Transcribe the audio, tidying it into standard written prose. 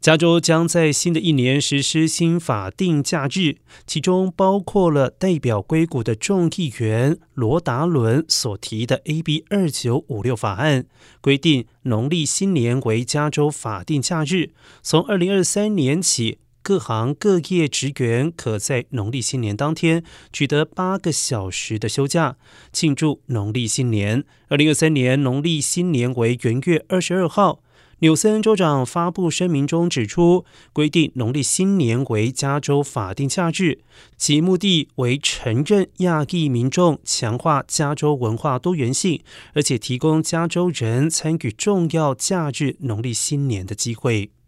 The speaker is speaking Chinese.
加州将在新的一年实施新法定假日，其中包括了代表硅谷的众议员罗达伦所提的 AB2956 法案，规定农历新年为加州法定假日。从2023年起，各行各业职员可在农历新年当天取得8个小时的休假，庆祝农历新年。2023年农历新年为元月22号。纽森州长发布声明中指出，规定农历新年为加州法定假日，其目的为承认亚裔民众，强化加州文化多元性，而且提供加州人参与重要假日农历新年的机会。